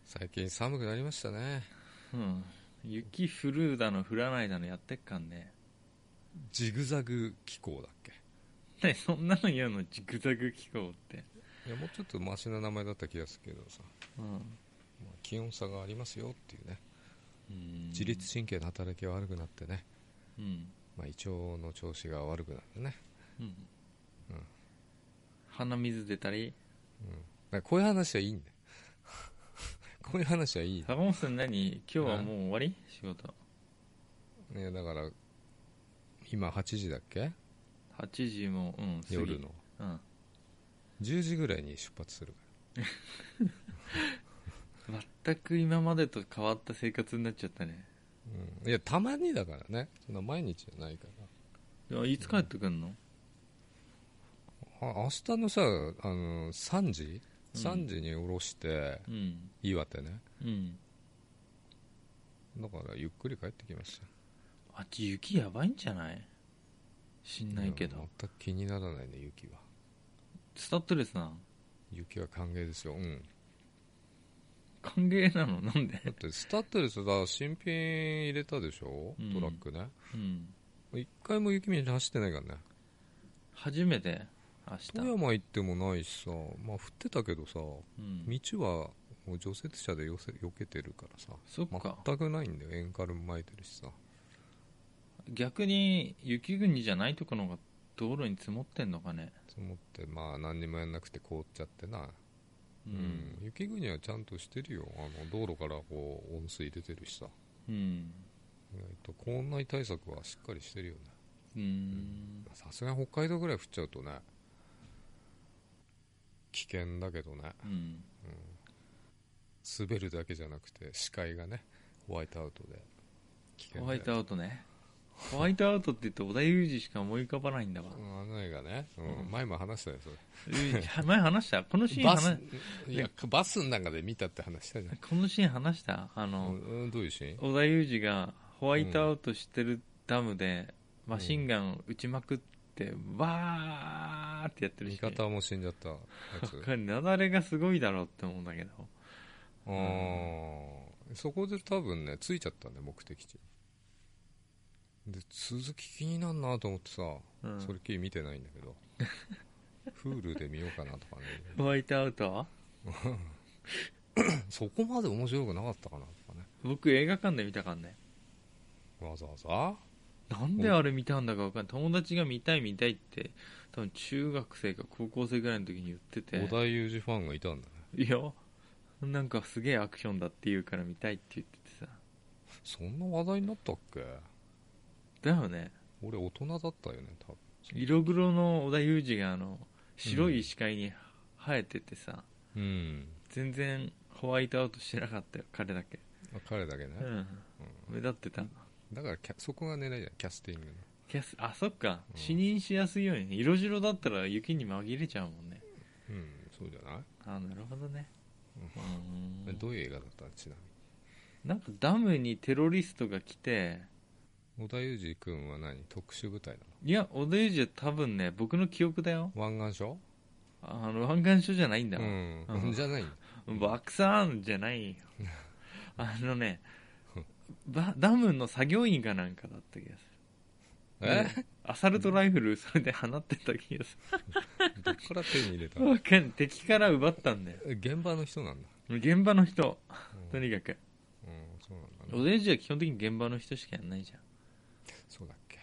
最近寒くなりましたね。 うん。雪降るだの降らないだのやってっかんね。 ジグザグ気候だっけ。 ね、そんなの言うの、ジグザグ気候って。 いや、もうちょっとマシな名前だった気がするけどさ、 うん。 まあ気温差がありますよっていうね。 うん。 自律神経の働きが悪くなってね、 うん。 まあ、胃腸の調子が悪くなるね。 うん。 うん。 鼻水出たり。 だからこういう話はいいんだよ。こういう話はいい。 坂本さん何今日はもう終わり仕事。 ね、だから今8時だっけ、 8時も、うん、過ぎ夜のうん。 10時ぐらいに出発するか全く今までと変わった生活になっちゃったね。 ら、いやたまにだからね、そんな毎日じゃないかいや、いつ帰ってくんの？ ら。明日のさ、3時3時に降ろして、 うん。 岩手ね、 うん。 だからゆっくり帰ってきました。 あっち雪やばいんじゃない？知んないけど。 や全く気にならないね、雪は。 スタッドレスな。 雪は歓迎ですよ。 歓迎なの？なんで？ だってスタッドレスだ、新品入れたでしょ、 うんトラックね。 うん。 一回も雪道走ってないからね。 初めて明日。 富山行ってもないしさ、まあ降ってたけどさ、 うん。 道はもう除雪車で避けてるからさ、 そっか。 全くないんだよ。塩カルも巻いてるしさ。 逆に雪国じゃないところが道路に積もってんのかね。 そう思ってまあ何にもやんなくて凍っちゃってな。 う雪国はちゃんとしてるよ。道路からこう温水出てるしさ、 うん。 意外と校内対策はしっかりしてるよね。さすがに北海道ぐらい降っちゃうとね危険だけどね、 うん。 滑るだけじゃなくて視界がねホワイトアウトで危険だよ。 ホワイトアウトね。ホワイトアウトって言って織田裕二しか思い浮かばないんだわ。 あの映画ね、 うん前も話したよそれ。 前話したこのシーンバス、いやバスの中で見たって話したじゃん。 このシーン話したどういうシーン？ 織田裕二がホワイトアウトしてるダムでマシンガン撃ちまくってわーってやってるし、 味方も死んじゃったやつ。 雪崩がすごいだろうって思うんだけど、 そこで多分ね着いちゃったんだよ、目的地で。続き気になるなと思ってさ、それっきり見てないんだけどHulu で見ようかなとかね。 ホワイトアウトそこまで面白くなかったかなとかね。 僕映画館で見たからね。 わざわざなんであれ見たんだか分かんない。友達が見たいって多分中学生か高校生ぐらいの時に言ってて、 織田裕二ファンがいたんだね。 いやなんかすげえアクションだって言うから見たいって言っててさ。 そんな話題になったっけ？ だよね。 俺大人だったよね多分。 色黒の織田裕二が白い視界に生えててさ、全然ホワイトアウトしてなかったよ、彼だけ。 彼だけね、 目立ってた。 だからそこが狙いじゃん、キャスティングの。 あ、そっか、視認しやすいようにね。色白だったら雪に紛れちゃうもんね。 そうじゃない？ あ、なるほどね。 どういう映画だったのちなみに。 なんかダムにテロリストが来て。 織田裕二君は何、特殊部隊なの？ いや、織田裕二は多分ね、僕の記憶だよ。 湾岸署？ 湾岸署じゃないんだわ。 じゃないんだ。 爆散じゃないよ。ダムの作業員かなんかだった気がする。アサルトライフルそれで放ってた気がする。どっから手に入れたの？敵から奪ったんだよ。 現場の人なんだ。 現場の人、とにかく。 そうなんだね。 織田裕二は基本的に現場の人しかやんないじゃん。 そうだっけ。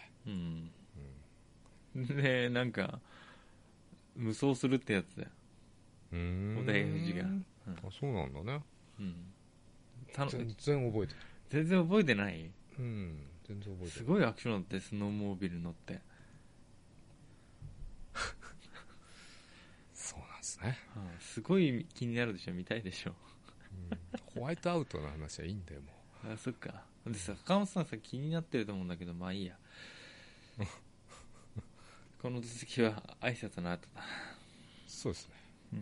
でなんか無双するってやつだよ、織田裕二が。 そうなんだね。全然覚えてない。 全然覚えてない。 全然覚えてない。 すごいアクションだって、スノーモービル乗ってそうなんですね。 すごい気になるでしょ、見たいでしょ。 ホワイトアウトの話はいいんだよもう。 そっか。でさ、坂本さんさ気になってると思うんだけど、まあいいやこの続きは挨拶の後だ。 そうですね。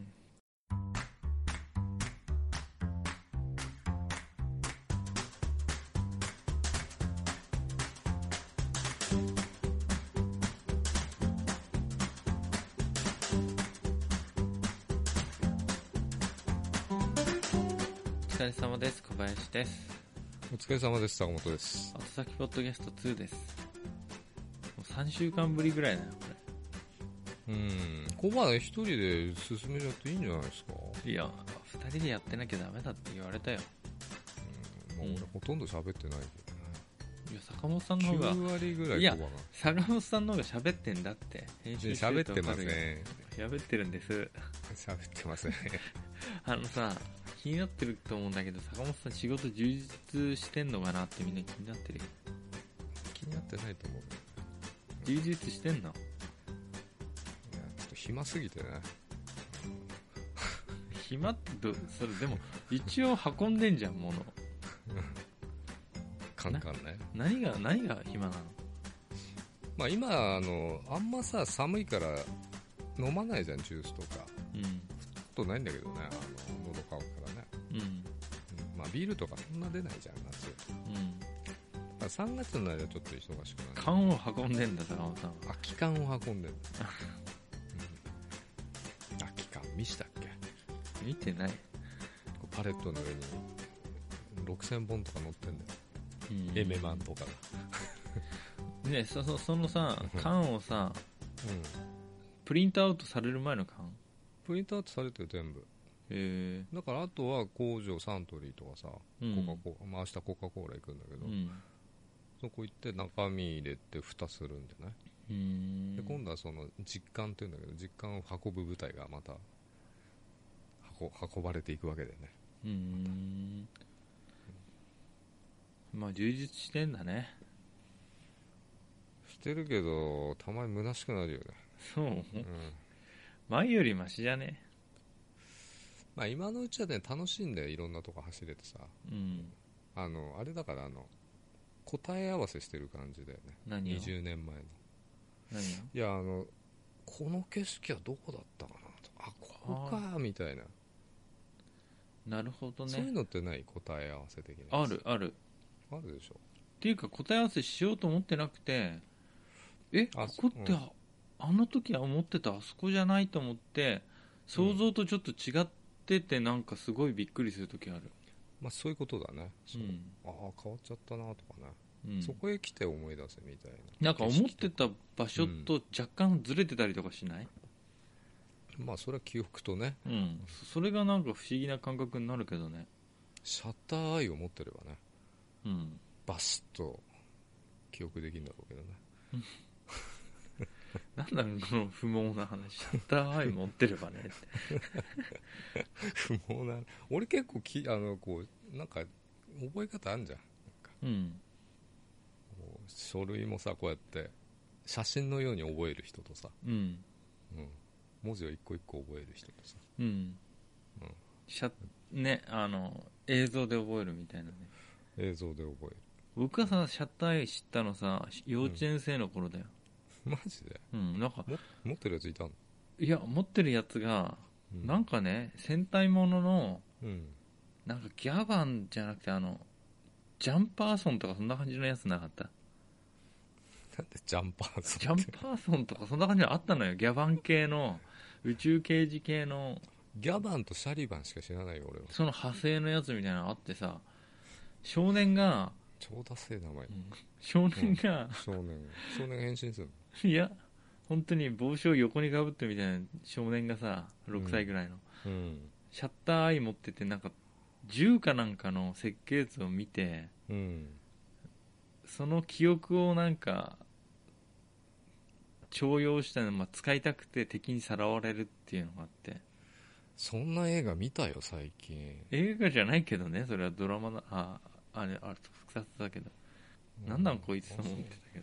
疲れ様です。小林です。 お疲れ様です。坂本です。 後先ポッドキャスト2です。もう3週間ぶりぐらいだよこれ。ここまで一人で進めちゃっていいんじゃないですか。 いや、2人でやってなきゃダメだって言われたよ。 もう俺ほとんど喋ってないけどね。 いや、坂本さんの方が 9割ぐらい。 いや、坂本さんの方が喋ってんだって。 編集してると分かるよ。 喋ってるんです。 喋ってません。 さ、気になってると思うんだけど、坂本さん仕事充実してんのかなってみんな気になってるよ。 気になってないと思う。 充実してんの？いや、 ちょっと暇すぎてね。 暇ってそれでも一応運んでんじゃん、物。 カンカンね。 何が暇なの？ まあ今あんまさ寒いから飲まないじゃん、ジュースとか。ことないんだけどね、喉乾くからね。まあビールとかそんな出ないじゃん、夏。3月の間ちょっと忙しくなる。 缶を運んでんだ、坂本さん。 空き缶を運んでんだ。空き缶見したっけ？ 見てない。 パレットの上に6000本とか乗ってんだよ。エメマンとかが。 ね、そのさ、缶をさ、プリントアウトされる前の缶？ プリントアウトされてる全部。だからあとは工場サントリーとかさ、コカ・コーラ、明日コカ・コーラ行くんだけど、そこ行って中身入れて蓋するんじゃない？で今度はその実缶っていうんだけど、実缶を運ぶ部隊がまた運ばれていくわけだよね。 まあ充実してんだね。 してるけどたまに虚しくなるよね。 そう、前よりマシじゃね？ まあ今のうちはね、楽しいんだよ、いろんなとこ走れてさ。あれだから答え合わせしてる感じだよね。 何を 20年前の。 何を？ いやこの景色はどこだったかなと、ここかみたいな。 なるほどね。 そういうのってない？答え合わせ的な。 あるあるでしょ。 っていうか答え合わせしようと思ってなくて、ここって、あの時は思ってたあそこじゃないと思って想像とちょっと違ってて、なんかすごいびっくりする時ある。 まあそういうことだね。変わっちゃったなとかね、そこへ来て思い出せみたいな。 なんか思ってた場所と若干ずれてたりとかしない？ まあそれは記憶とね、 それがなんか不思議な感覚になるけどね。 シャッターアイを持ってればね、バシッと記憶できるんだろうけどね。 なんだろうこの不毛な話。シャッターアイ持ってればねって不毛な。俺結構こうなんか覚え方あんじゃん。書類もさ、こうやって写真のように覚える人とさ、文字を一個一個覚える人とさ、 ね、映像で覚えるみたいなね。 映像で覚える。 僕はさ、シャッターアイ知ったのさ、幼稚園生の頃だよ。 マジで？ なんか持ってるやついたの？ いや、持ってるやつが、なんかね、戦隊ものの、なんかギャバンじゃなくてジャンパーソンとかそんな感じのやつなかった？ なんでジャンパーソン？ ジャンパーソンとかそんな感じのあったのよ。ギャバン系の宇宙刑事系の。 ギャバンとシャリバンしか知らないよ俺は。 その派生のやつみたいなのあってさ、少年が超ダセえ名前、 少年が、 少年変身するの？いや本当に帽子を横にかぶってみたいな少年がさ、6歳ぐらいの、シャッターアイ持ってて、なんか銃かなんかの設計図を見て、その記憶をなんか徴用したの、使いたくて敵にさらわれるっていうのがあって。 そんな映画見たよ最近。 映画じゃないけどね、それはドラマあれ複雑だけど、なんなんこいつと思ってたけど、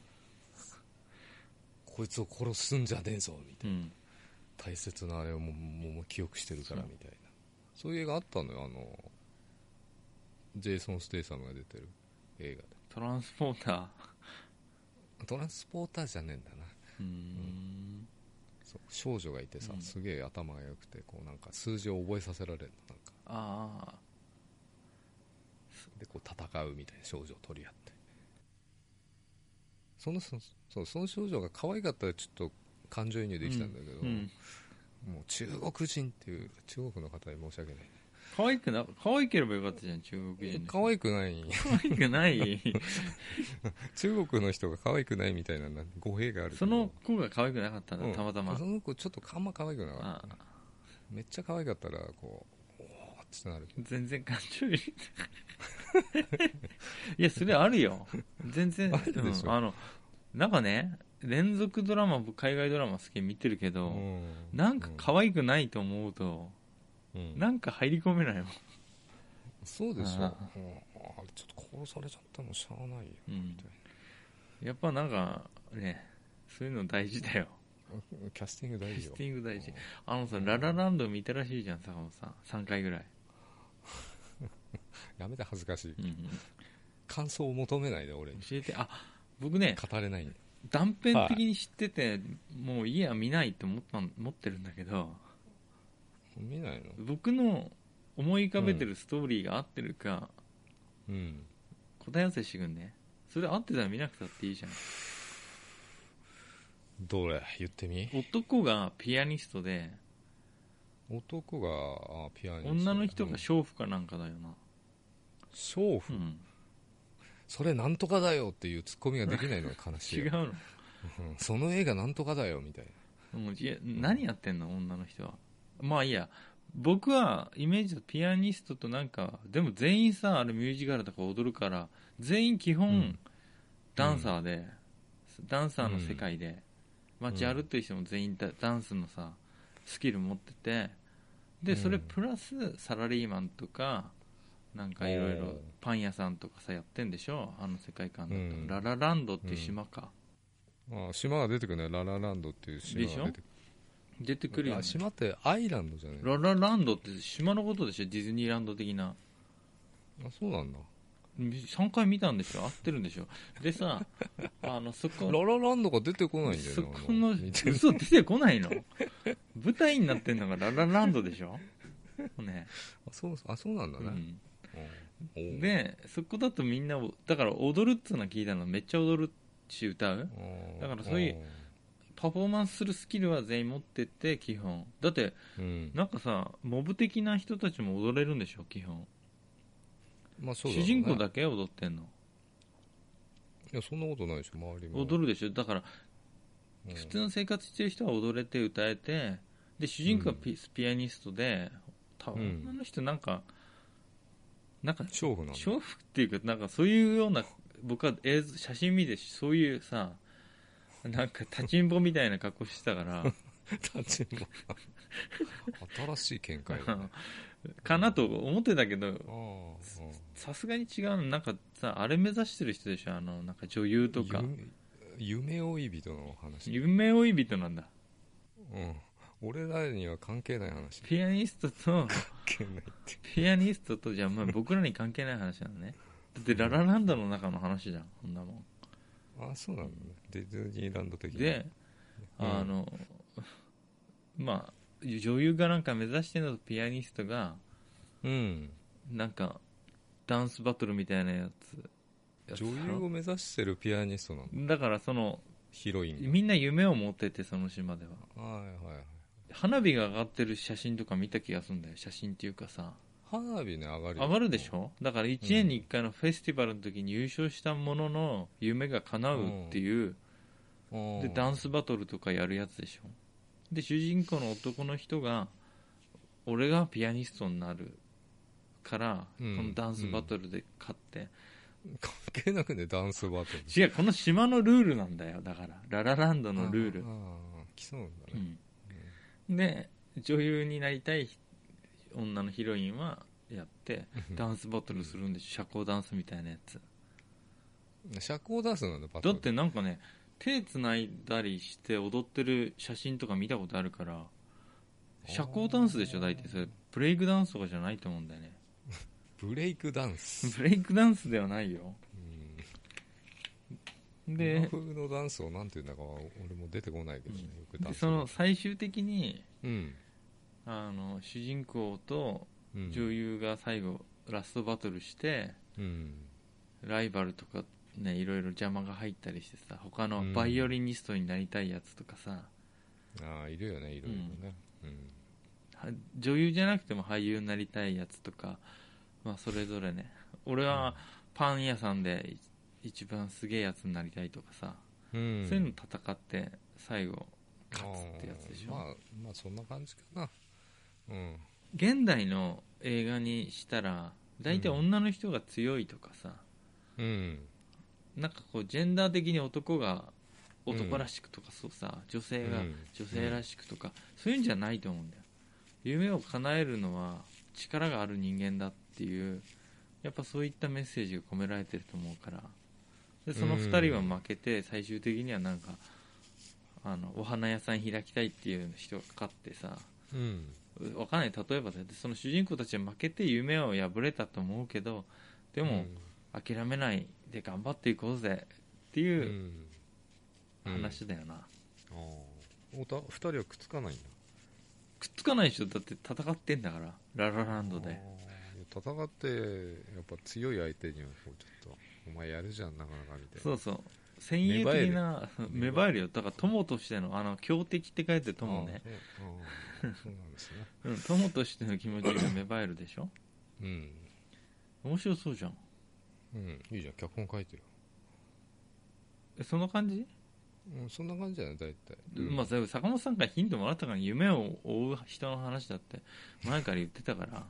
こいつを殺すんじゃねえぞみたいな、大切なあれをもう記憶してるからみたいな、そういう映画あったのよ。ジェイソン・ステイサムが出てる映画で。 トランスポーターじゃねえんだな。そう、少女がいてさ、すげえ頭が良くて、こうなんか数字を覚えさせられるの。なんかでこう戦うみたいな、少女を取り合って、その少女が可愛かったらちょっと感情移入できたんだけど、もう中国人っていう、中国の方に申し訳ない、 可愛ければよかったじゃん、中国人。 可愛くない。 可愛くない中国の人が可愛くないみたいな語弊がある。 その子が可愛くなかったんだ、たまたま。 その子ちょっとあんま可愛くなかった。めっちゃ可愛かったらこう、おーってなる。 全然感情いや、それあるよ。全然。 あるでしょ。 なんかね、連続ドラマ、海外ドラマ好き見てるけど、なんか可愛くないと思うと、なんか入り込めないもん。 そうでしょ。あれちょっと殺されちゃったのしゃあないよ、 やっぱなんかね、そういうの大事だよ。 キャスティング大事よ。 キャスティング大事。さ、ララランド見たらしいじゃん、坂本さん。3回ぐらい。 やめて、恥ずかしい。感想を求めないで、俺に。 教えて。僕ね、 語れない。 断片的に知ってて、もういいや、見ないって思ってるんだけど、 見ないの？ 僕の思い浮かべてるストーリーが合ってるか、答え合わせしてくんね。それ合ってたら見なくたっていいじゃん。 どれ言ってみ。 男がピアニストで、 男がピアニスト、 女の人が娼婦かなんかだよな。 娼婦、それなんとかだよっていうツッコミができないのが悲しい。 違うの、 その映画なんとかだよみたいな。いや、何やってんの女の人は。まあいいや、僕はイメージだとピアニストとなんか、でも全員さ、あれミュージカルとか踊るから全員基本ダンサーで、ダンサーの世界で、街歩ってる人も全員ダンスのさスキル持ってて、でそれプラスサラリーマンとかなんかいろいろパン屋さんとかさやってんでしょ、あの世界観だと。ララランドっていう島か、 島が出てくるね。ララランドっていう島が出てくるよね。 島ってアイランドじゃない？ ララランドって島のことでしょ、ディズニーランド的な。 そうなんだ。 3回見たんでしょ、合ってるんでしょ。でさ、そこララランドが出てこないんだよね。 そこの嘘出てこないの舞台になってんのがララランドでしょね。 そうなんだね、 でそこだとみんなだから踊るっていうのは聞いたの、めっちゃ踊るし歌う。だからそういうパフォーマンスするスキルは全員持ってて、基本だって、なんかさモブ的な人たちも踊れるんでしょ基本。 そうだね、 主人公だけ踊ってんの？ いや、そんなことないでしょ、周りも踊るでしょ。だから、普通の生活してる人は踊れて歌えて、で主人公はピアニストで、女の人なんか娼婦なんだ。 娼婦っていうか、なんかそういうような、僕は写真見てそういうさ、なんか立ちんぼみたいな格好してたから立ちんぼ新しい見解だねかなと思ってたけど、さすがに違うの。なんかさ、あれ目指してる人でしょ、なんか女優とか。 夢追い人の話。 夢追い人なんだ。 俺らには関係ない話。 ピアニストとじゃあ、僕らに関係ない話なのね。だってララランドの中の話じゃん、こんなもん。 そうなんだね。ディズニーランド的で、女優がなんか目指してるのとピアニストが、なんかダンスバトルみたいなやつ。 女優を目指してるピアニストなのだから、そのヒロインみんな夢を持ってて、その島では。花火が上がってる写真とか見た気がするんだよ。写真っていうかさ、 花火ね、上がるでしょ。だから1年に1回のフェスティバルの時に優勝したものの夢が叶うっていう、でダンスバトルとかやるやつでしょ。で主人公の男の人が、俺がピアニストになるから、このダンスバトルで勝って、 関係なくね、ダンスバトル。 違う、この島のルールなんだよ。だからララランドのルール。 競うんだね。 で女優になりたい女のヒロインはやってダンスバトルするんでしょ。社交ダンスみたいなやつ。 社交ダンスなんだ、 バトル。だってなんかね、手つないだりして踊ってる写真とか見たことあるから、社交ダンスでしょ大体。それブレイクダンスとかじゃないと思うんだよね。 ブレイクダンスブレイクダンスではないよ。 で、今風のダンスをなんていうんだか俺も出てこないけどね、よくダンス。 でその最終的に、主人公と女優が最後ラストバトルして、ライバルとかね、いろいろ邪魔が入ったりしてさ、他のバイオリニストになりたいやつとかさ、 いるよね、いろいろね、 女優じゃなくても俳優になりたいやつとか、まあ、それぞれね。俺はパン屋さんで一番すげえやつになりたいとかさ、そういうの戦って最後勝つってやつでしょ。 まあそんな感じかな。 現代の映画にしたら大体女の人が強いとかさ、なんかこうジェンダー的に男が男らしくとか、そうさ、女性が女性らしくとか、そういうんじゃないと思うんだよ。夢を叶えるのは力がある人間だっていう、やっぱそういったメッセージが込められてると思うから。でその2人は負けて、最終的にはなんかお花屋さん開きたいっていう人が勝ってさ、わかんない、例えばその主人公たちは負けて夢を破れたと思うけど、でも諦めないで頑張っていこうぜっていう話だよな。 2人はくっつかないんだ。 くっつかないでしょ、だって戦ってんだから、ララランドで。 戦ってやっぱ強い相手にはちょっとお前やるじゃんなかなかみたいな。 そうそう、先鋭的な芽生えるよ。だから友としての強敵って書いて友ね。 そうなんですね。 友としての気持ちが芽生えるでしょ。面白そうじゃん。 いいじゃん、脚本書いてよ。 そんな感じ？ そんな感じじゃない大体。 まあ坂本さんからヒントもらったから、夢を追う人の話だって前から言ってたから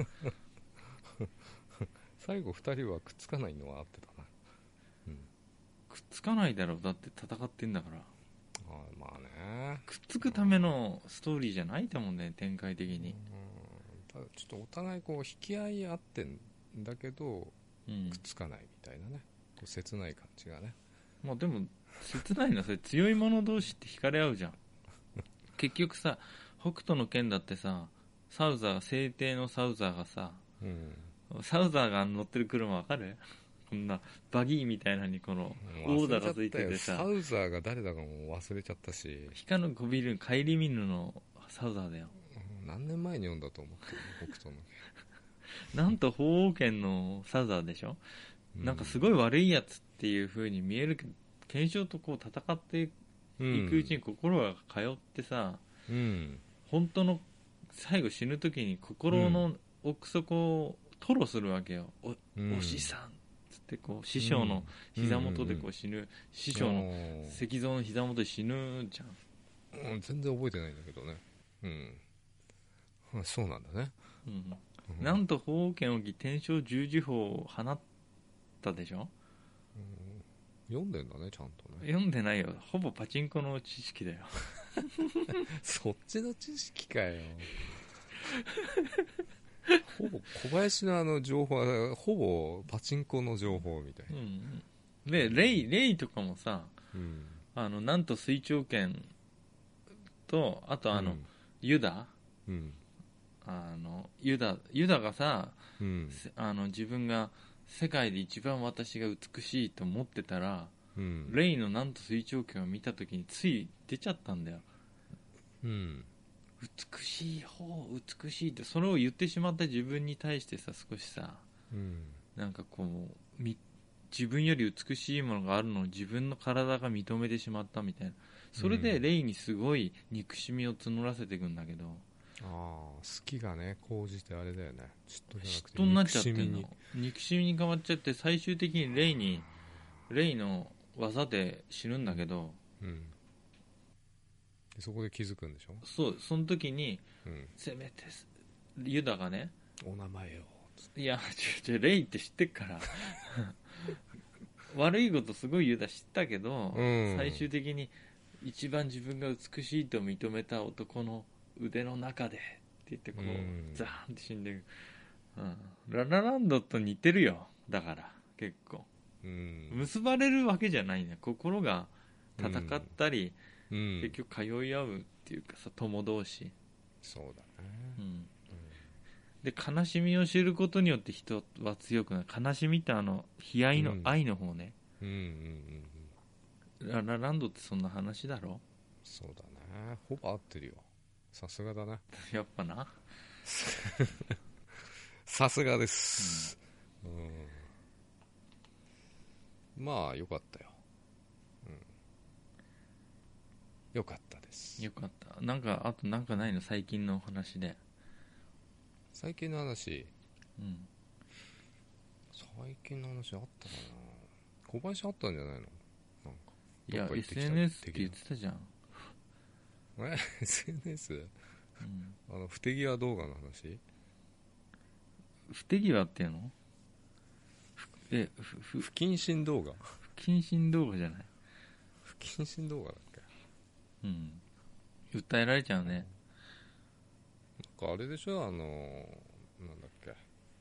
最後2人はくっつかないのは合ってたな。 くっつかないだろう、だって戦ってんだから。 まあね、 くっつくためのストーリーじゃないと思うんだよ、展開的に。 ただちょっとお互いこう引き合い合ってんだけど、くっつかないみたいなね、こう切ない感じがね。 まあでも切ないのはそれ、強い者同士って惹かれ合うじゃん結局さ、北斗の拳だってさ、サウザー、聖帝のサウザーがさ、サウザーが乗ってる車わかる？こんなバギーみたいなのにこのオーダーがついててさ、 サウザーが誰だかも忘れちゃったし、 光のこびる帰り見ぬのサウザーだよ。 何年前に読んだと思ってる北斗の拳なんと鳳凰拳のサウザーでしょ。なんかすごい悪いやつっていう風に見えるけど、賢章とこう戦っていくうちに心が通ってさ、本当の最後死ぬ時に心の奥底を吐露するわけよ。お師さんつってこう師匠の膝元でこう死ぬ、師匠の石像の膝元で死ぬじゃん。 全然覚えてないんだけどね。そうなんだね。 なんと鳳凰拳を着天正十字砲を放ったでしょ。 読んでんだね、ちゃんとね。 読んでないよ、ほぼパチンコの知識だよそっちの知識かよほぼ小林の情報はほぼパチンコの情報みたいな、 でレイとかもさ、なんと水長剣と、あとユダ、ユダがさ、自分が世界で一番私が美しいと思ってたら、レイのなんと水長剣を見た時につい出ちゃったんだよ。美しい方、美しいってそれを言ってしまった自分に対してさ、少しさ、なんかこう自分より美しいものがあるのを自分の体が認めてしまったみたいな。それでレイにすごい憎しみを募らせていくんだけど、 好きがね高じてあれだよね、 嫉妬になっちゃってんの。憎しみに変わっちゃって、最終的にレイの技で死ぬんだけど、 そこで気づくんでしょ。 そう、その時に、せめてユダがね、 お名前を、 いやレイって知ってっから悪いことすごいユダ知ったけど、最終的に一番自分が美しいと認めた男の腕の中でって言ってこう、ザーンって死んでいく、ララランドと似てるよ。だから結構、結ばれるわけじゃないね、心が戦ったり、結局通い合うっていうかさ、友同士。 そうだね、 で悲しみを知ることによって人は強くなる。悲しみって悲哀の愛の方ね、ララランドってそんな話だろ。 そうだね、ほぼ合ってるよ。さすがだなやっぱなさすがです、まあよかったよ、よかったです。 です。 よかった。なんかあとなんかないの、最近の話で。 最近の話、 うん、 最近の話あったかな。小林あったんじゃないの？なんかいやどっか行ってきた SNS って言ってたじゃん。 SNS？ うん、 不手際動画の話？ 不手際っていうの？ 不謹慎動画？ 不謹慎動画じゃない？ 不謹慎動画だっけ？ うん、訴えられちゃうね。 なんかあれでしょ、なんだっけ、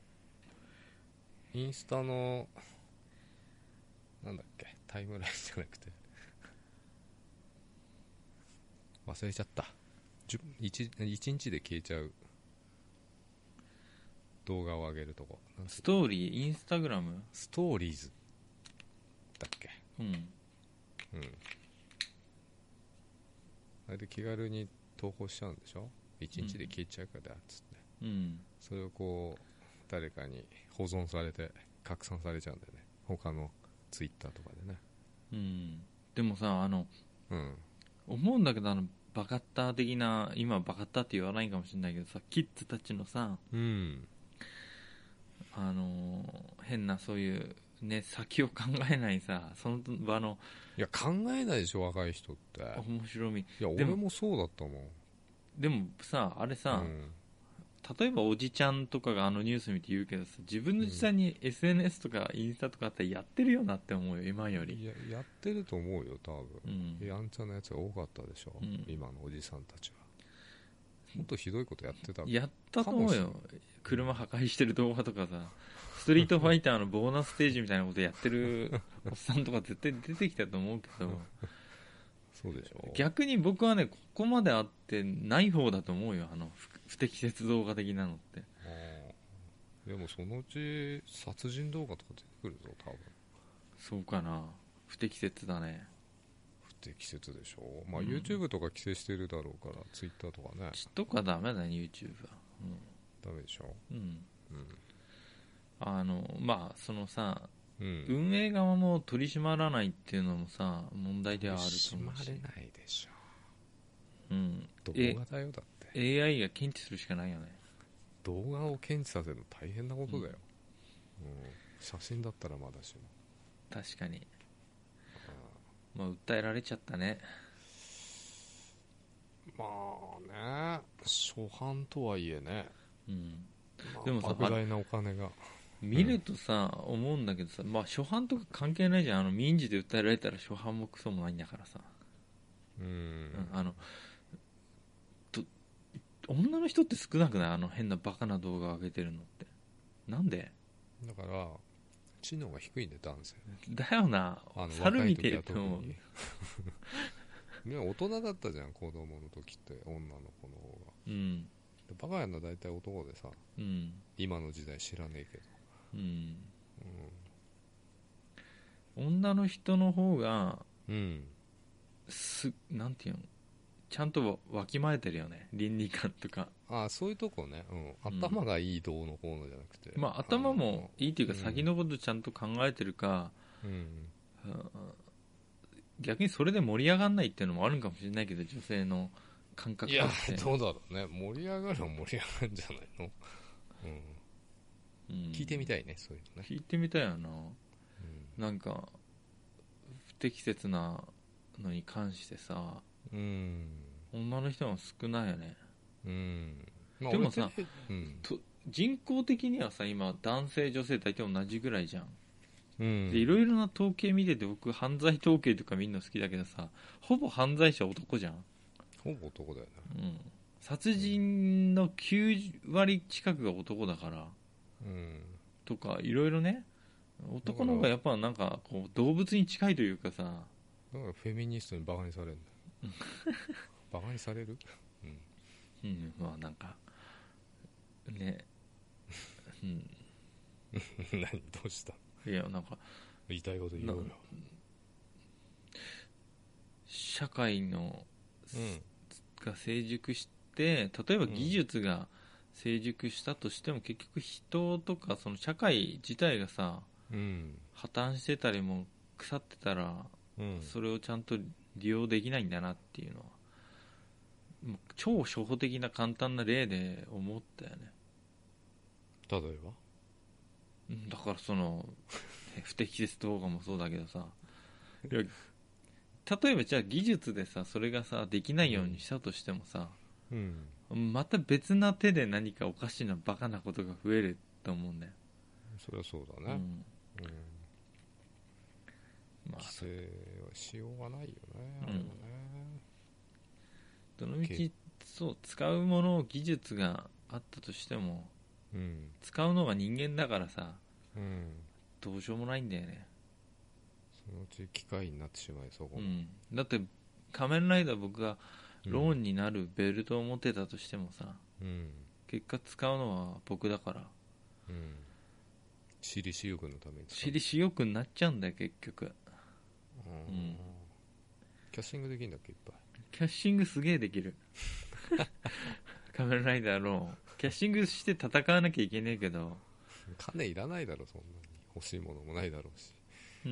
インスタのなんだっけ、タイムラインじゃなくて忘れちゃった。1日で消えちゃう動画を上げるとこ、 ストーリー、インスタグラム、 ストーリーズだっけ。 うん、 あれで気軽に投稿しちゃうんでしょ。1日で消えちゃうからっつって、 うん、 それをこう誰かに保存されて拡散されちゃうんだよね、他のツイッターとかでね。 うん、でもさ、 うん、 思うんだけど、バカッター的な、今バカッターって言わないかもしれないけどさ、キッズたちのさ、 うん、 変なそういうね、先を考えないさ、その場の、 いや考えないでしょ若い人って。 面白み。 いや俺もそうだったもん。 でもさ、あれさ、例えばおじちゃんとかがニュース見て言うけどさ、自分の時代に SNS とかインスタとかあったらやってるよなって思うよ、今より。 いややってると思うよ多分、 うん、 やんちゃなやつが多かったでしょ、今のおじさんたちは。もっとひどいことやってたやったと思うよ。車破壊してる動画とかさ、ストリートファイターのボーナスステージみたいなことやってるおっさんとか絶対出てきたと思うけどそうでしょ。 逆に僕はね、ここまであってない方だと思うよ、不適切動画的なのって。 でもそのうち殺人動画とか出てくるぞ多分。 そうかな。不適切だね。 不適切でしょ。まあ、YouTube とか規制してるだろうから、Twitter とかね。 とかダメだね、YouTube は。 ダメでしょ。 まあそのさ、 うん、 運営側も取り締まらないっていうのもさ、問題ではあると思うし。 取り締まれないでしょ。 うん。 動画だよだって。 AI が検知するしかないよね。 動画を検知させるの大変なことだよ。写真だったらまだしも。 確かに。まあ訴えられちゃったね。 まあね、初犯とはいえね。 でもさ、 莫大なお金が見るとさ、思うんだけどさ、まあ初犯とか関係ないじゃん。民事で訴えられたら初犯もクソもないんだからさ。女の人って少なくない？変なバカな動画上げてるのって。なんで？ だから知能が低いんで男性だよな。猿見てると思う。 ね、大人だったじゃん子供の時って、女の子の方が。バカやんの大体男でさ、今の時代知らねえけど、 女の人の方がなんていうの、ちゃんとわきまえてるよね、倫理観とか。 そういうとこね、頭がいいどうのこうのじゃなくて、 まあ頭もいいっていうか、先のことちゃんと考えてるか、逆にそれで盛り上がんないっていうのもあるんかもしれないけど、女性の感覚として。 いやどうだろうね、盛り上がるは盛り上がるんじゃないの。聞いてみたいね、そういうのね。 聞いてみたいよな。なんか不適切なのに関してさ、女の人も少ないよね。でもさ、人口的にはさ、今男性女性大体同じぐらいじゃん。いろいろな統計見てて、僕犯罪統計とか見るの好きだけどさ、ほぼ犯罪者男じゃん。 ほぼ男だよね。 殺人の9割近くが男だから、とかいろいろね、男の方がやっぱなんかこう動物に近いというかさ。 だからフェミニストにバカにされるんだよ。バカにされる？ まあなんかね。 何どうした？ いやなんか言いたいこと言おうよ。 社会の、が成熟して、例えば技術が成熟したとしても、結局人とかその社会自体がさ、破綻してたりも腐ってたら、それをちゃんと利用できないんだなっていうのは超初歩的な簡単な例で思ったよね。 例えばだからその不適切動画もそうだけどさ、いや例えばじゃあ技術でさそれがさできないようにしたとしてもさ、また別な手で何かおかしなバカなことが増えると思うんだよ。 そりゃそうだね、まあ、規制はしようがないよね、あれはね。 どのみちそう使うもの技術があったとしても、使うのが人間だからさ、どうしようもないんだよね。 そのうち機械になってしまいそう、 だって仮面ライダー僕がローンになるベルトを持ってたとしてもさ、結果使うのは僕だから、 私利私欲のために私利私欲になっちゃうんだよ結局。 キャッシングできるんだっけいっぱい。 キャッシングすげえできる仮面ライダーのキャッシングして戦わなきゃいけねえけど金いらないだろ、そんなに欲しいものもないだろうし、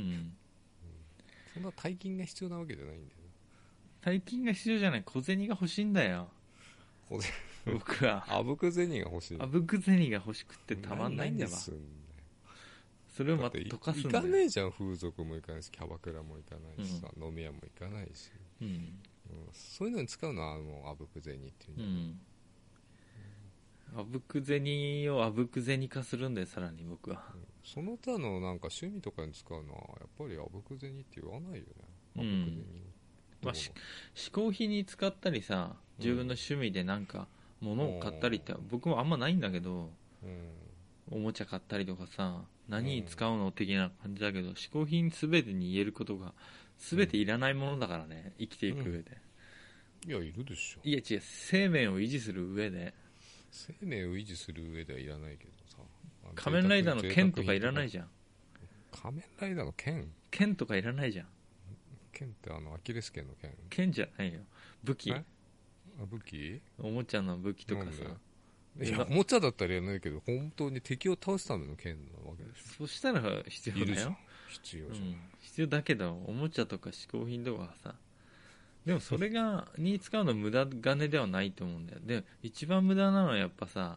そんな大金が必要なわけじゃないんだよ。 大金が必要じゃない、小銭が欲しいんだよ僕はあぶく銭が欲しい。 あぶく銭が欲しくってたまんないんだわ。それをまた溶かすんだよ。 行かねえじゃん、風俗も行かないしキャバクラも行かないしさ、飲み屋も行かないし、そういうのに使うのはあぶく銭っていうんだよ、 あぶく銭をあぶく銭化するんだよ、さらに僕は、 その他のなんか趣味とかに使うのはやっぱりあぶく銭って言わないよね。あぶく銭、 嗜好品に使ったりさ、自分の趣味でなんか物を買ったりって僕もあんまないんだけど、おもちゃ買ったりとかさ、何に使うの的な感じだけど、嗜好品全てに言えることが全ていらないものだからね、生きていく上で、 いやいるでしょ。 いや違う、生命を維持する上で。 生命を維持する上ではいらないけどさ、 仮面ライダーの剣とかいらないじゃん。 仮面ライダーの剣とかいらないじゃん。 剣ってアキレス腱の剣？ 剣じゃないよ、武器。 武器？ おもちゃの武器とかさ。 いやおもちゃだったらやらないけど、本当に敵を倒すための剣なわけでしょ。 そしたら必要だよ。 必要じゃん、 必要だけど、おもちゃとか嗜好品とかはさ、でもそれに使うのは無駄金ではないと思うんだよ。で一番無駄なのはやっぱさ、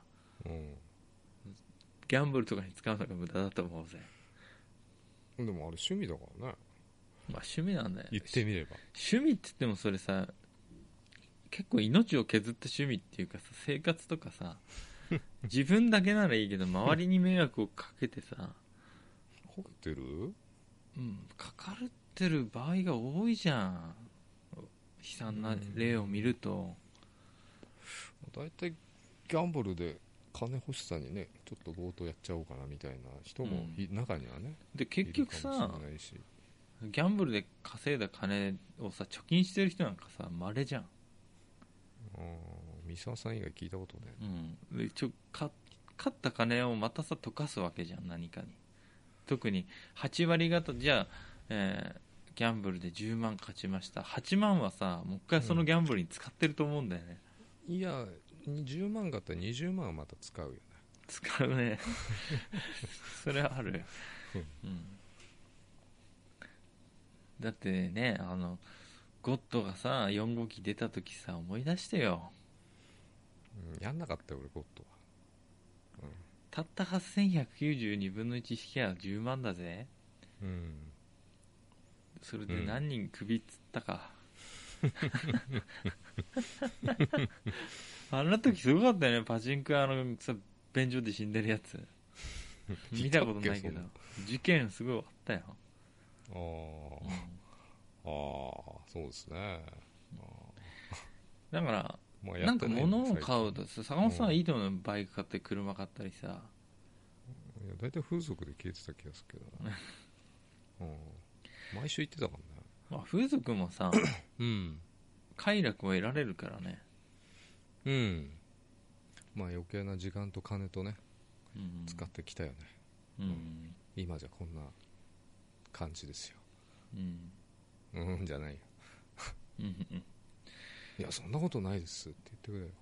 ギャンブルとかに使うのが無駄だと思うぜ。 でもあれ趣味だからね。 まあ趣味なんだよ。 言ってみれば趣味って言ってもそれさ、結構命を削った趣味っていうかさ、生活とかさ自分だけならいいけど周りに迷惑をかけてさかけてる？ かかってる場合が多いじゃん。悲惨な例を見ると、 だいたいギャンブルで金欲しさにね、ちょっと強盗やっちゃおうかなみたいな人も、中にはね。 で結局さ、ギャンブルで稼いだ金をさ貯金してる人なんかさ稀じゃん。 三沢さん以外聞いたことね。 で勝った金をまたさ溶かすわけじゃん、何かに。特に8割方じゃあ、ギャンブルで10万勝ちました、8万はさもう一回そのギャンブルに使ってると思うんだよね。 いや10万買ったら20万はまた使うよね。 使うねそれはある、だってね、ゴッドがさ4号機出た時さ思い出してよ、 やんなかったよ俺ゴッドは、 たった8192分の1引きゃ10万だぜ。それで何人首つったか、あの時すごかったよね、パチンコさ便所で死んでるやつ見たことないけど事件すごいあったよ。 そうですね。 だから、なんか物を買うと坂本さんはいいと思うの、バイク買って車買ったりさ。 いや大体風俗で消えてた気がするけどね毎週行ってたからね。 風俗もさ快楽を得られるからね。 余計な時間と金とね、使ってきたよね。今じゃこんな感じですよ。じゃないよいやそんなことないですって言って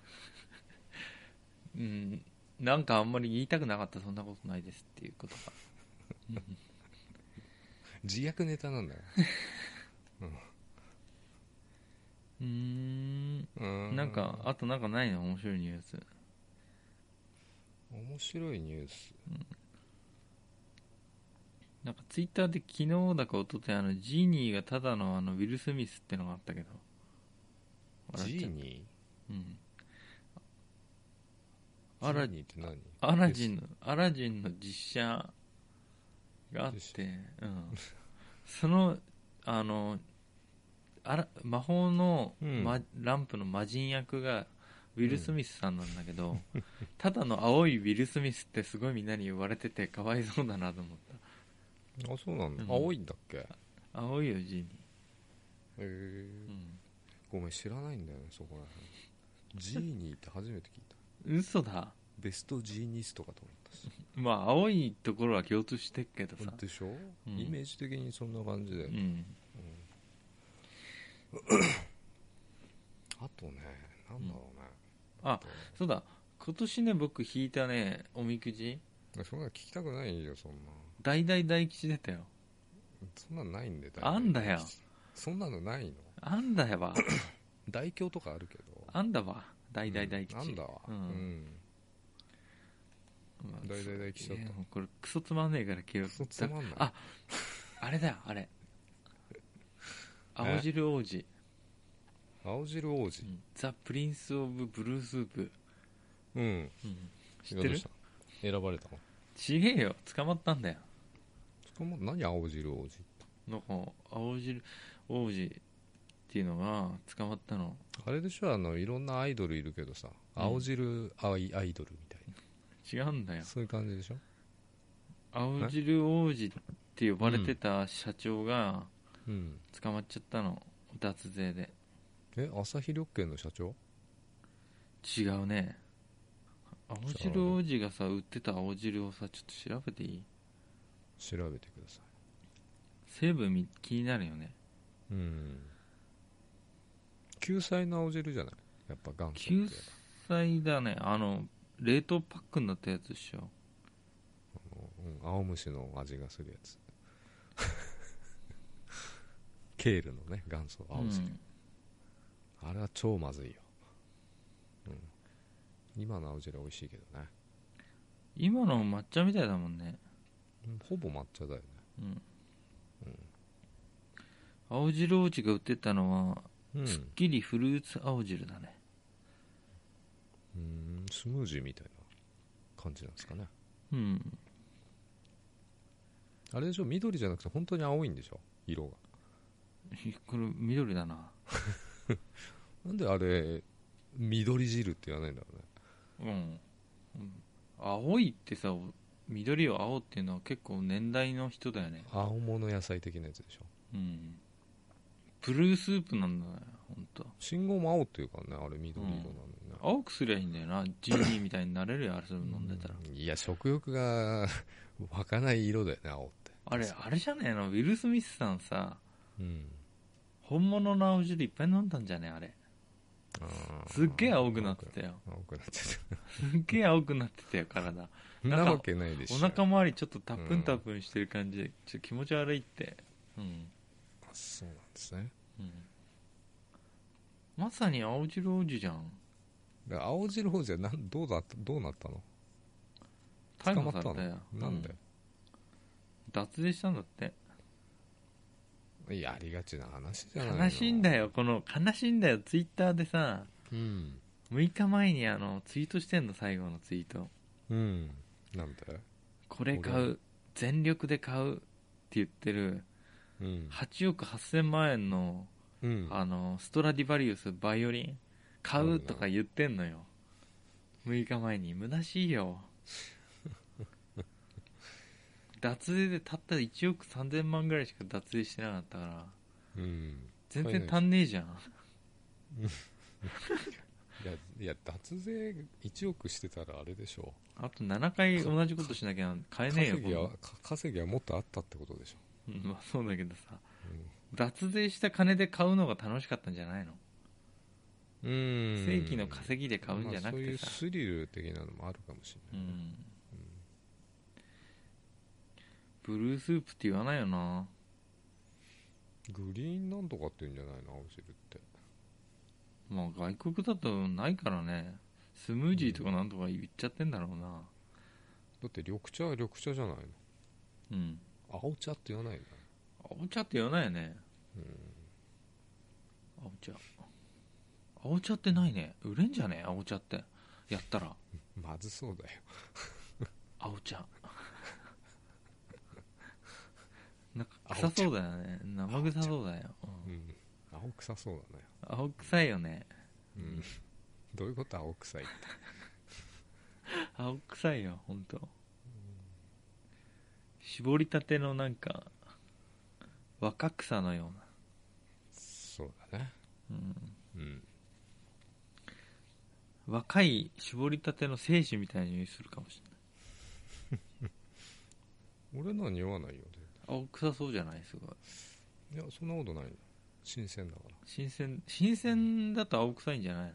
くれよなんかあんまり言いたくなかった、そんなことないですっていうことが自虐ネタなんだよ、 なんかあとなんかないの面白いニュース。 面白いニュース、 なんかツイッターで昨日だか一昨日ジーニーがただのウィル・スミスってのがあったけど、 ジーニー、うん、 ジーニーって何？ アラジンの実写があって、うん、その魔法の、ランプの魔人役がウィル・スミスさんなんだけど、ただの青いウィル・スミスってすごいみんなに言われててかわいそうだなと思った。 あ、そうなんだ、青いんだっけ？ 青いよジーニー。 へえ、ごめん知らないんだよねそこら辺。ジーニーって初めて聞いた。 嘘だ。 ベストジーニストかと思ったし。まあ青いところは共通してっけどさ。 でしょ、イメージ的にそんな感じだよね。あとね、なんだろうね、 あ、そうだ、今年ね僕引いたねおみくじ、 そんなの聞きたくないよ。そんな大吉出たよ。 そんなのないんで。 あんだよ、 そんなのないの？ あんだよわ大凶とかあるけどあんだわ、大吉、 あんだわ、大吉だった。 これクソつまんねえから消えろ。 クソつまんない。 あれだよ、あれ青汁王子。 青汁王子、 ザ・プリンス・オブ・ブルースープ。 知ってる？選ばれたの？ ちげえよ、捕まったんだよ。 何青汁王子？ なんか青汁王子っていうのが捕まったの。 あれでしょ、いろんなアイドルいるけどさ、青汁アイドルみたいな。違うんだよ、 そういう感じでしょ。 青汁王子って呼ばれてた社長が捕まっちゃったの、脱税で。 朝日緑券の社長？ 違うね。青汁王子がさ売ってた青汁をさちょっと調べていい？ 調べてください。 成分気になるよね。 救済の青汁じゃない？やっぱ元祖って。 救済だね。冷凍パックになったやつでしょ。 青虫の味がするやつケールのね元祖青汁、あれは超まずいよ。今の青汁は美味しいけどね。 今の抹茶みたいだもんね。 ほぼ抹茶だよね。 青汁王子が売ってたのは、すっきりフルーツ青汁だね。 スムージーみたいな感じなんですかね。あれでしょ、緑じゃなくて本当に青いんでしょ、色が。 これ緑だななんであれ緑汁って言わないんだろうね。青いってさ、緑を青っていうのは結構年代の人だよね。 青物野菜的なやつでしょ。 ブルースープなんだよ本当。 信号も青っていうからね、あれ緑色なのにね。 青くすりゃいいんだよな、ジーニーみたいになれるよ、あれ飲んでたら。 いや食欲が湧かない色だよね、青って。 あれじゃねえの、ウィル・スミスさんさ、本物の青汁いっぱい飲んだんじゃねえあれ。すっげえ青くなってたよ。 青くなってたすっげえ青くなってたよ体。 そんなわけないでしょ。 お腹周りちょっとタップンタップンしてる感じでちょっと気持ち悪いって。 そうなんですね。 まさに青汁王子じゃん。 青汁王子はどうなったの？ 逮捕されたよ。 なんで？ 脱税したんだって。 いや、ありがちな話じゃないの。 悲しいんだよツイッターでさ、6日前にツイートしてんの、最後のツイート。 なんで？ これ買う、全力で買うって言ってる、8億8000万円の、ストラディバリウスバイオリン買うとか言ってんのよ、6日前に。虚しいよ脱税でたった1億3000万ぐらいしか脱税してなかったから、全然足んねえじゃんいや脱税1億してたらあれでしょ。 あと7回同じことしなきゃ買えねえよ。 稼ぎはもっとあったってことでしょ。 まあそうだけどさ、脱税した金で買うのが楽しかったんじゃないの？正規の稼ぎで買うんじゃなくてさ、そういうスリル的なのもあるかもしれない。 ブルースープって言わないよな。 グリーンなんとかって言うんじゃないの、青汁って。 まあ外国だとないからね。スムージーとかなんとか言っちゃってんだろうな。 だって緑茶は緑茶じゃないの。 うん。 青茶って言わないんだ。 青茶って言わないよね。青茶。青茶ってないね。売れんじゃね青茶って。やったら。 まずそうだよ。 青茶。なんか臭そうだよね。生臭そうだよ。 うん。青臭そうだね。 青臭いよね。 うん。どういうこと青臭いって。 青臭いよ、ほんと。絞りたてのなんか、若草のような。 そうだね。うん。 若い絞りたての精子みたいな匂いするかもしれない。 俺のは匂わないよ。 青臭そうじゃない？すごい。 いや、そんなことない。新鮮だから。 新鮮だと青臭いんじゃないの？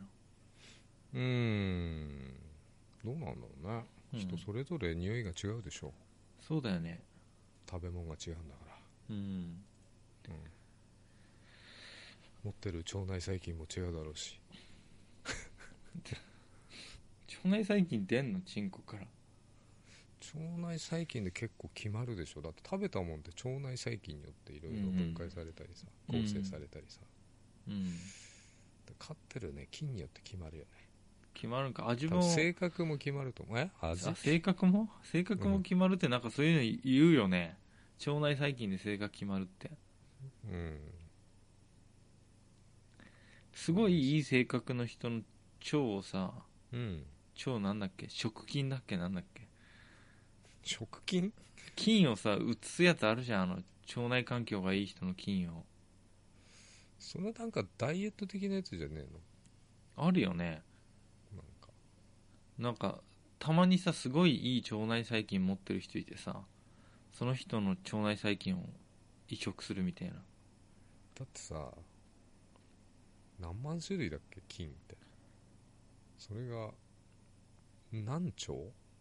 どうなんだろうね、人それぞれ匂いが違うでしょ。 そうだよね。 食べ物が違うんだから。持ってる腸内細菌も違うだろうし。 腸内細菌出んの？チンコから。 腸内細菌で結構決まるでしょ。だって食べたもんって腸内細菌によっていろいろ分解されたりさ、構成されたりさ、飼ってるね菌によって決まるよね。 決まるんか。味も性格も決まると思う。 性格も決まるって、なんかそういうの言うよね。腸内細菌で性格決まるって。すごいいい性格の人の腸をさ、腸なんだっけ、食菌だっけ、なんだっけ、 食菌菌をさ移すやつあるじゃん。腸内環境がいい人の菌を。 それなんかダイエット的なやつじゃねえの？あるよね。なんかたまにさ、すごいいい腸内細菌持ってる人いてさ、その人の腸内細菌を移植するみたいな。 だってさ、何万種類だっけ菌って。それが何兆？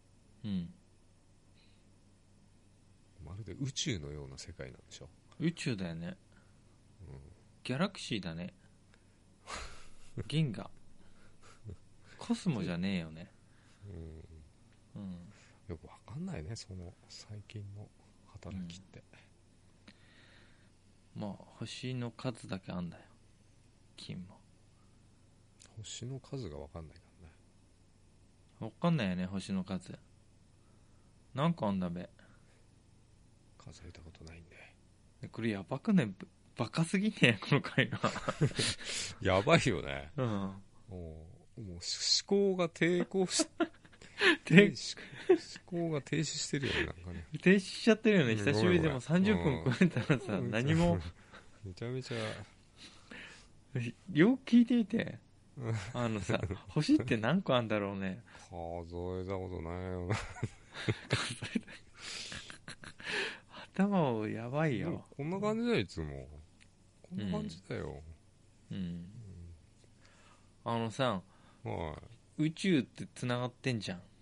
まるで宇宙のような世界なんでしょ。 宇宙だよね。ギャラクシーだね。銀河。コスモじゃねえよね。 よくわかんないね、その細菌の働きって。 まあ星の数だけあんだよ、金も。 星の数がわかんないからね。 わかんないよね、星の数。何個あんだべ。 数えたことないんで。 これやばくね？バカすぎねこの回は。 やばいよね。もう思考が抵抗し思考が停止してるよね、なんかね。 停止しちゃってるよね。久しぶりでも30分超えたらさ、何もめちゃめちゃよく聞いてみて。さ、星って何個あんだろうね。 数えたことないよな。 頭をやばいよ。 こんな感じだよ、いつも。こんな感じだよ。 さ、宇宙ってつながってんじゃん。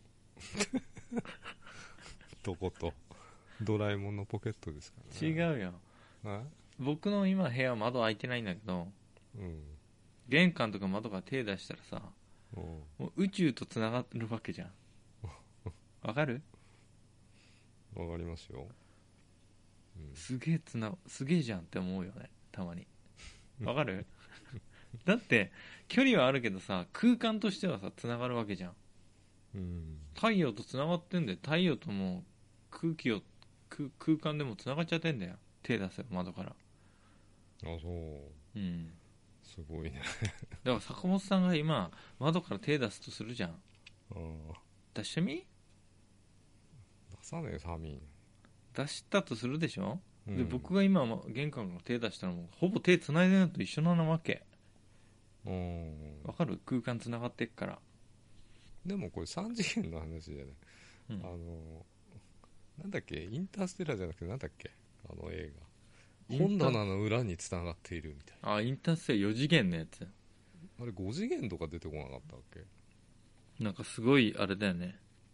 どことドラえもんのポケットですからね。 違うよ。僕の今部屋は窓開いてないんだけど、玄関とか窓から手出したらさ、もう宇宙とつながってるわけじゃん。わかる？ わかりますよ。 すげえじゃんって思うよね、たまに。わかる？だって距離はあるけどさ、空間としてはさつながるわけじゃん。太陽とつながってんだよ。太陽とも空間でもつながっちゃってんだよ。手出せば窓から。 そう。すごいね。 だから坂本さんが今窓から手出すとするじゃん。出してみ？ 出さねえ、サミン。 出したとするでしょ。で僕が今玄関から手出したらもうほぼ手繋いでるのと一緒なわけ。わかる？空間繋がってっから。 でもこれ3次元の話じゃない、なんだっけ、インターステラーじゃなくてなんだっけ、映画、本棚の裏に繋がっているみたいな。 インターステラー4次元のやつ。 あれ5次元とか出てこなかったっけ。 なんかすごいあれだよね、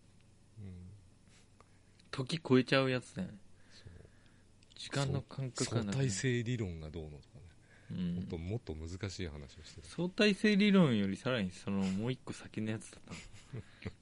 時超えちゃうやつだよね。時間の感覚が相対性理論がどうのとかね。 もっと難しい話をしてる。 相対性理論よりさらにもう一個先のやつだったの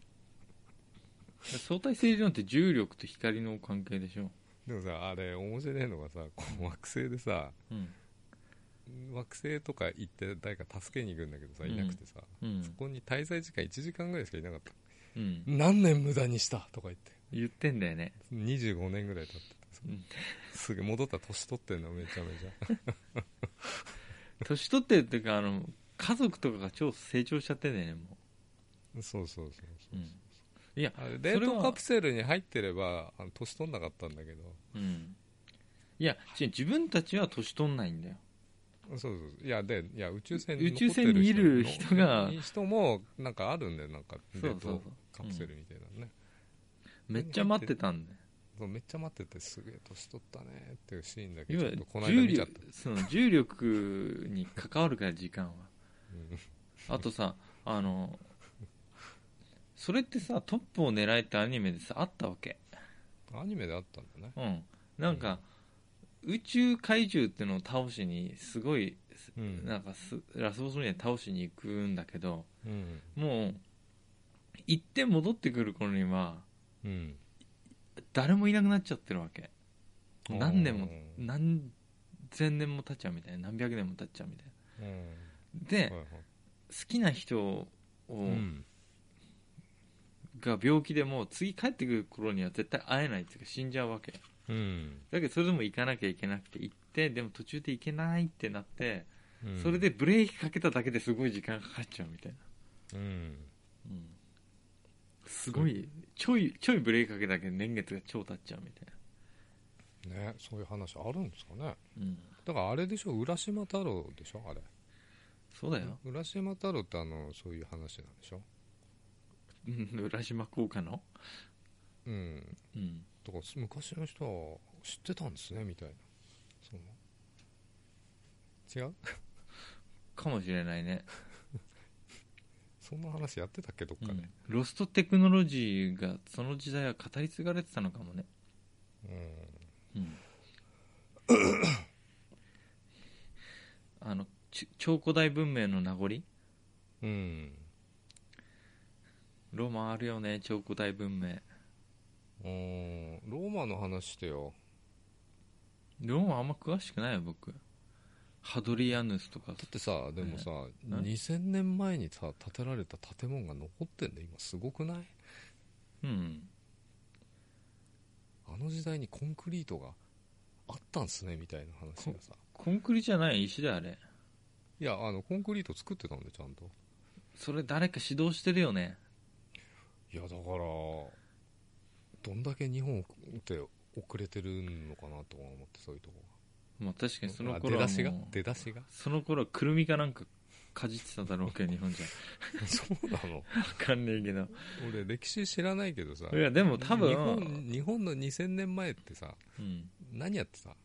相対性理論って重力と光の関係でしょ。 でもさ、あれ面白いのがさ、この惑星でさ、惑星とか行って誰か助けに行くんだけどさ、いなくてさ、そこに滞在時間1時間ぐらいしかいなかった、何年無駄にしたとか言ってんだよね。 25年ぐらい経ってた、すぐ戻ったら年取ってんの、めちゃめちゃ年取ってるっていうか、家族とかが超成長しちゃってんだよね、もう。そう、 いや、 冷凍カプセルに入ってれば年取んなかったんだけど、 いや自分たちは年取んないんだよ。 そういや宇宙船にいる人もなんかあるんだよ、なんか冷凍カプセルみたいなね、 めっちゃ待ってたんだよ。 そう、めっちゃ待ってて、すげえ年取ったねっていうシーンだけど、ちょっとこの間見ちゃった。 その重力に関わるから時間は、あとさ、それってさ、トップを狙えってアニメでさあったわけ。 アニメであったんだね。 なんか、宇宙怪獣ってのを倒しにすごい、なんかラスボスみたいに倒しに行くんだけど、もう行って戻ってくる頃には、誰もいなくなっちゃってるわけ。何千年も経っちゃうみたいな、何百年も経っちゃうみたいな、で、好きな人を、が病気でも次帰ってくる頃には絶対会えないっていうか死んじゃうわけ、だけどそれでも行かなきゃいけなくて行って、でも途中で行けないってなって、それでブレーキかけただけですごい時間かかっちゃうみたいな、すごいちょいブレーキかけただけで年月が超経っちゃうみたいなね。そういう話あるんですかね。だからあれでしょ、浦島太郎でしょ、あれ。 そうだよ、 浦島太郎ってそういう話なんでしょ。 浦島効果の、 だから昔の人は知ってたんですねみたいな、違うかもしれないねそんな話やってたっけ、どっかで、 ロストテクノロジーがその時代は語り継がれてたのかもね。超古代文明の名残、ロマンあるよね、超古代文明。 ローマの話してよ。 ローマあんま詳しくないよ僕。ハドリアヌスとか。 だってさ、でもさ、2000年前にさ建てられた建物が残ってんだよ今。すごくない？あの時代にコンクリートがあったんすねみたいな話がさ。 コンクリじゃない、石だよあれ。 いや、コンクリート作ってたんでちゃんと。 それ誰か指導してるよね。 いやだからどんだけ日本って遅れてるのかなと思って、そういうとこが。まあ確かにその頃は出だしがその頃はくるみかなんかかじってただろうけど日本じゃそうなの？ 分かんねえけど、 俺歴史知らないけどさ。 いやでも多分日本の2000年前ってさ、何やってた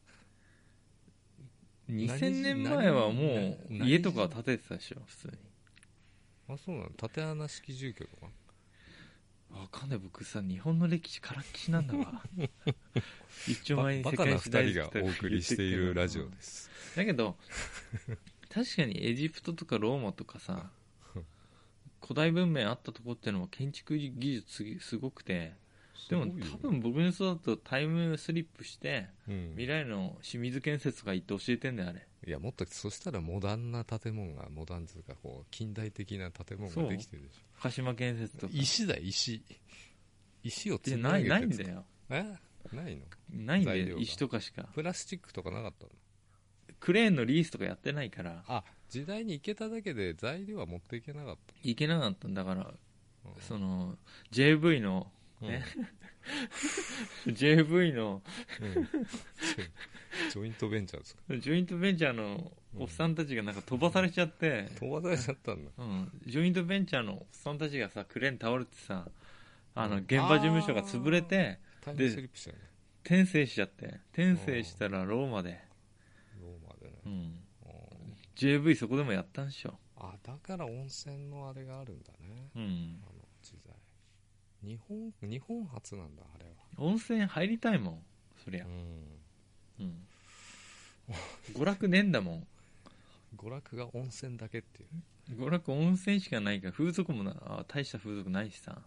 ？2000年前はもう家とかは建ててたでしょ普通に。 あ、そうなの？縦穴式住居とかわかんない。僕さ日本の歴史からっきしなんだわ一丁前に世バカな界史大 2人がお送りしているラジオです。 だけど確かにエジプトとかローマとかさ古代文明あったとこってのは建築技術すごくて、でも多分僕の人だとタイムスリップして、未来の清水建設とか行って教えてんだよあれ。 いやもっとそしたらモダンな建物が、モダンというかこう近代的な建物ができてるでしょ。 鹿島建設とか石だよ、石を積み上げてないんだよ。 ないの？ ないんだよ、石とかしか。 プラスチックとかなかったの？ クレーンのリースとかやってないから。 あ、時代に行けただけで材料は持っていけなかった。 いけなかったんだから、その JV のね、JV のジョイントベンチャーですか？ ジョイントベンチャーのおっさんたちがなんか飛ばされちゃって、 飛ばされちゃったんだ。 ジョイントベンチャーのおっさんたちがさクレーン倒れてさ、現場事務所が潰れて、 タイムスリップしたよね。 転生しちゃって、転生したらローマでね、JV そこでもやったんでしょ。 あ、だから温泉のあれがあるんだね。あの時代日本初なんだあれは。 温泉入りたいもんそりゃ。娯楽ねえんだもん。 娯楽が温泉だけっていう。 娯楽温泉しかないから、風俗も大した風俗ないしさ。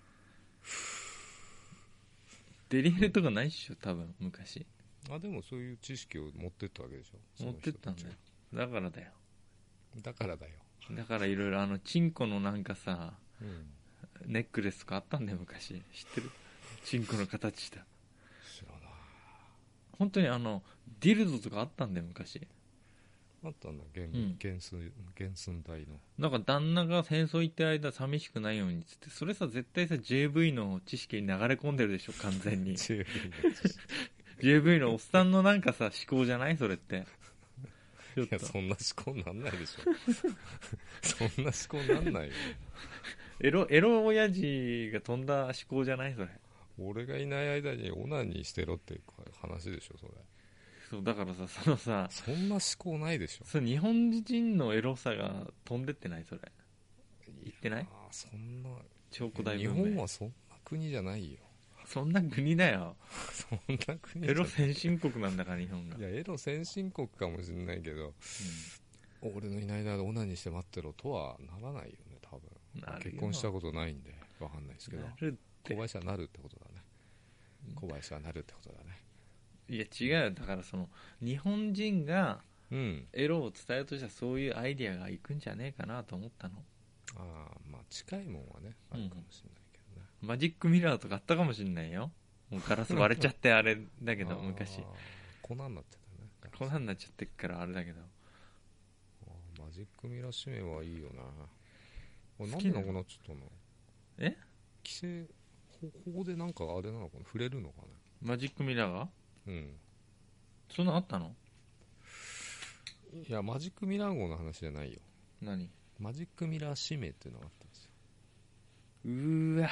デリヘルとかないっしょ多分昔。 でもそういう知識を持ってったわけでしょ。 持ってったんだよ。だからだよ。 だからいろいろチンコのなんかさ、ネックレスとかあったんだよ昔。知ってる？チンコの形した。 知らない。 本当にディルドとかあったんだよ昔。 あったんだ。原寸大の。 なんか旦那が戦争行ってる間寂しくないようにっつって、それさ絶対さ JV の知識に流れ込んでるでしょ完全に。JV のおっさんのなんかさ思考じゃないそれって。 いやそんな思考なんないでしょ。そんな思考なんないよ。 エロ親父が飛んだ思考じゃないそれ。 俺がいない間にオナニーしてろって話でしょそれ。 そうだからさそんな思考ないでしょ。 それ日本人のエロさが飛んでってないそれ。言ってない？ そんな超古代文明。日本はそんな国じゃないよ。 そんな国だよ。 そんな国エロ先進国なんだから日本が。 いやエロ先進国かもしれないけど、俺のいない間でオナニーして待ってろとはならないよね多分。結婚したことないんで分かんないですけど。小林はなるってことだね。小林はなるってことだね。 いや違う、だから日本人がエロを伝えるとしたらそういうアイディアがいくんじゃねえかなと思ったの。 まあ近いもんはねあるかもしれないけどね。 マジックミラーとかあったかもしれないよ。もうガラス割れちゃってあれだけど昔粉になってたね。 粉になっちゃってっからあれだけど。 マジックミラー指名はいいよな。なんでなくなっちゃったの？規制法でなんかあれなのかな、触れるのかね。 マジックミラーがそんなあったの？ いやマジックミラー号の話じゃないよ。 何？ マジックミラー指名っていうのがあったんですよ。 うーわ、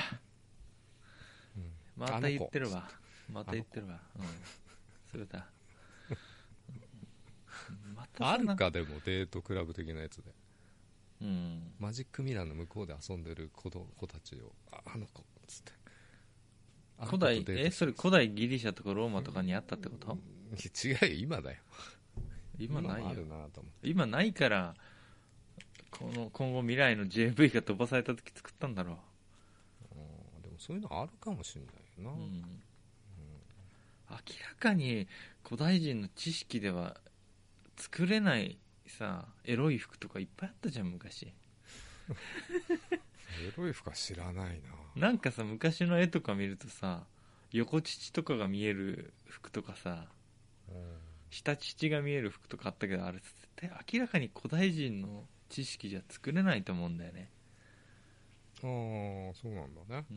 また言ってるわ。それだ。またあるかでもデートクラブ的なやつで、マジックミラーの向こうで遊んでる子たちをあの子っつって。 それ古代ギリシャとかローマとかにあったってこと？ 違うよ今だよ。 今ないよ。 あるなと思って。 今ないから今後未来の JV が飛ばされた時作ったんだろう。 でもそういうのあるかもしれないよな。 明らかに古代人の知識では作れないさエロい服とかいっぱいあったじゃん昔。エロい服は知らないな。なんかさ昔の絵とか見るとさ横乳とかが見える服とかさ、下乳が見える服とかあったけど、あれ絶対明らかに古代人の知識じゃ作れないと思うんだよね。 そうなんだね。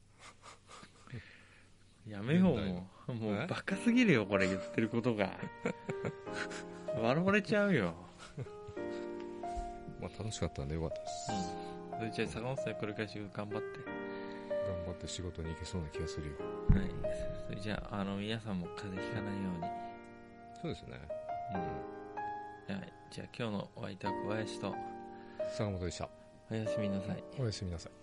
やめようもうバカすぎるよこれ言ってることが。笑われちゃうよ。 まあ楽しかったんでよかったです。 それじゃあ坂本さんこれから仕事頑張って仕事に行けそうな気がするよ。 はい。それじゃあ皆さんも風邪ひかないように。 そうですね。 はい。じゃあ今日のお相手は小林と坂本でした。 おやすみなさい。 おやすみなさい。